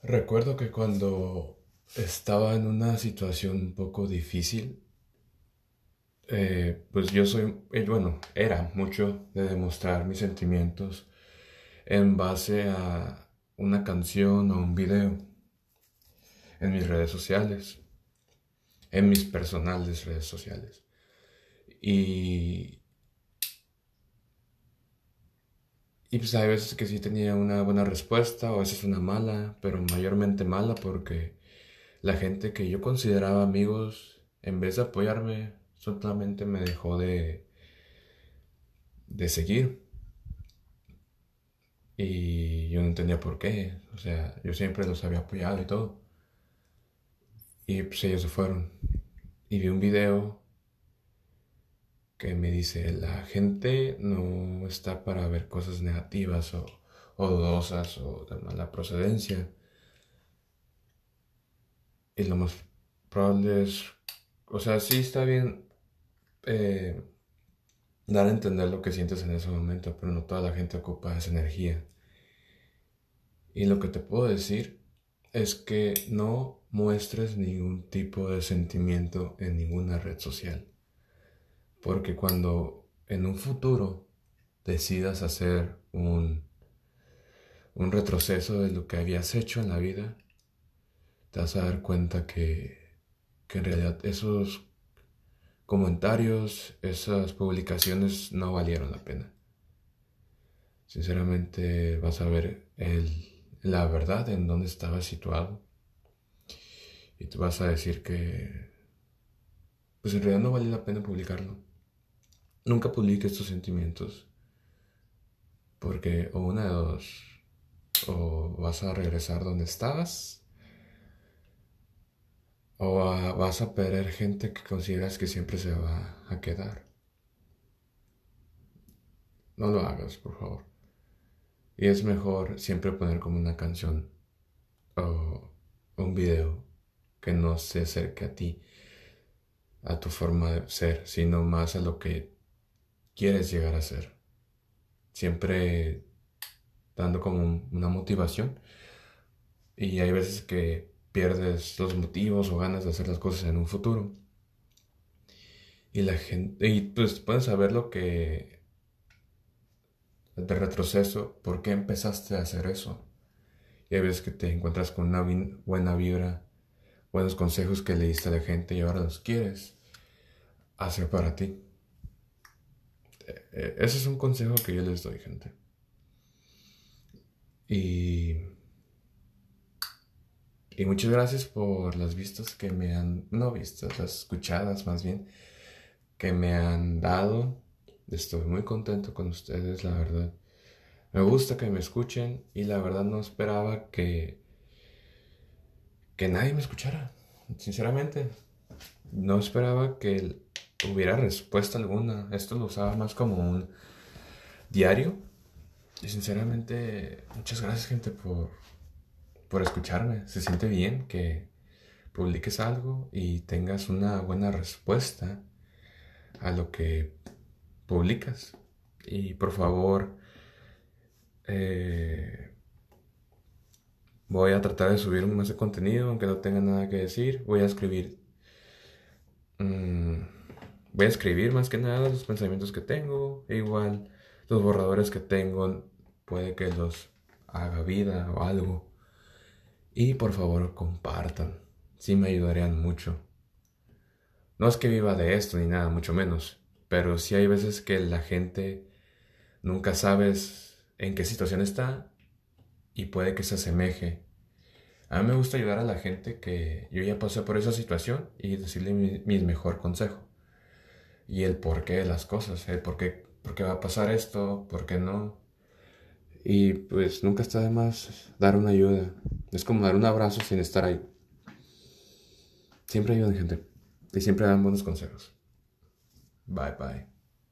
Recuerdo que cuando estaba en una situación un poco difícil, pues yo soy, bueno, era mucho de demostrar mis sentimientos en base a una canción o un video en mis redes sociales, en mis personales redes sociales. Y, y pues hay veces que sí tenía una buena respuesta o a veces una mala, pero mayormente mala porque la gente que yo consideraba amigos, en vez de apoyarme, solamente me dejó de seguir. Y yo no entendía por qué. O sea, yo siempre los había apoyado y todo. Y pues ellos se fueron. Y vi un video que me dice, la gente no está para ver cosas negativas o dudosas o de mala procedencia. Y lo más probable es, o sea, sí está bien eh, dar a entender lo que sientes en ese momento, pero no toda la gente ocupa esa energía. Y lo que te puedo decir es que no muestres ningún tipo de sentimiento en ninguna red social. Porque cuando en un futuro decidas hacer un retroceso de lo que habías hecho en la vida, te vas a dar cuenta que en realidad esos comentarios, esas publicaciones no valieron la pena. Sinceramente vas a ver la verdad en dónde estabas situado y tú vas a decir que pues en realidad no vale la pena publicarlo. Nunca publiques tus sentimientos porque o una de dos, o vas a regresar donde estabas o vas a perder gente que consideras que siempre se va a quedar. No lo hagas, por favor. Y es mejor siempre poner como una canción o un video que no se acerque a ti, a tu forma de ser, sino más a lo que quieres llegar a ser. Siempre dando como una motivación. Y hay veces que pierdes los motivos o ganas de hacer las cosas en un futuro. Y la gente, y pues puedes saber lo que, de retroceso, por qué empezaste a hacer eso. Y hay veces que te encuentras con una buena vibra, buenos consejos que le diste a la gente y ahora los quieres hacer para ti. Ese es un consejo que yo les doy, gente. Y, y muchas gracias por las vistas que me han, no vistas, las escuchadas más bien, que me han dado. Estoy muy contento con ustedes, la verdad. Me gusta que me escuchen y la verdad no esperaba que nadie me escuchara. Sinceramente, no esperaba que hubiera respuesta alguna. Esto lo usaba más como un diario. Y sinceramente, muchas gracias, gente, por escucharme. Se siente bien que publiques algo y tengas una buena respuesta a lo que publicas. Y por favor, eh, voy a tratar de subir más de contenido, aunque no tenga nada que decir. Mm, voy a escribir más que nada los pensamientos que tengo. E igual los borradores que tengo, puede que los haga vida o algo. Y por favor, compartan. Sí me ayudarían mucho. No es que viva de esto ni nada, mucho menos. Pero sí hay veces que la gente nunca sabes en qué situación está y puede que se asemeje. A mí me gusta ayudar a la gente que yo ya pasé por esa situación y decirle mi mejor consejo. Y el porqué de las cosas, el por qué va a pasar esto, por qué no. Y pues nunca está de más dar una ayuda. Es como dar un abrazo sin estar ahí. Siempre ayudan, gente. Y siempre dan buenos consejos. Bye bye.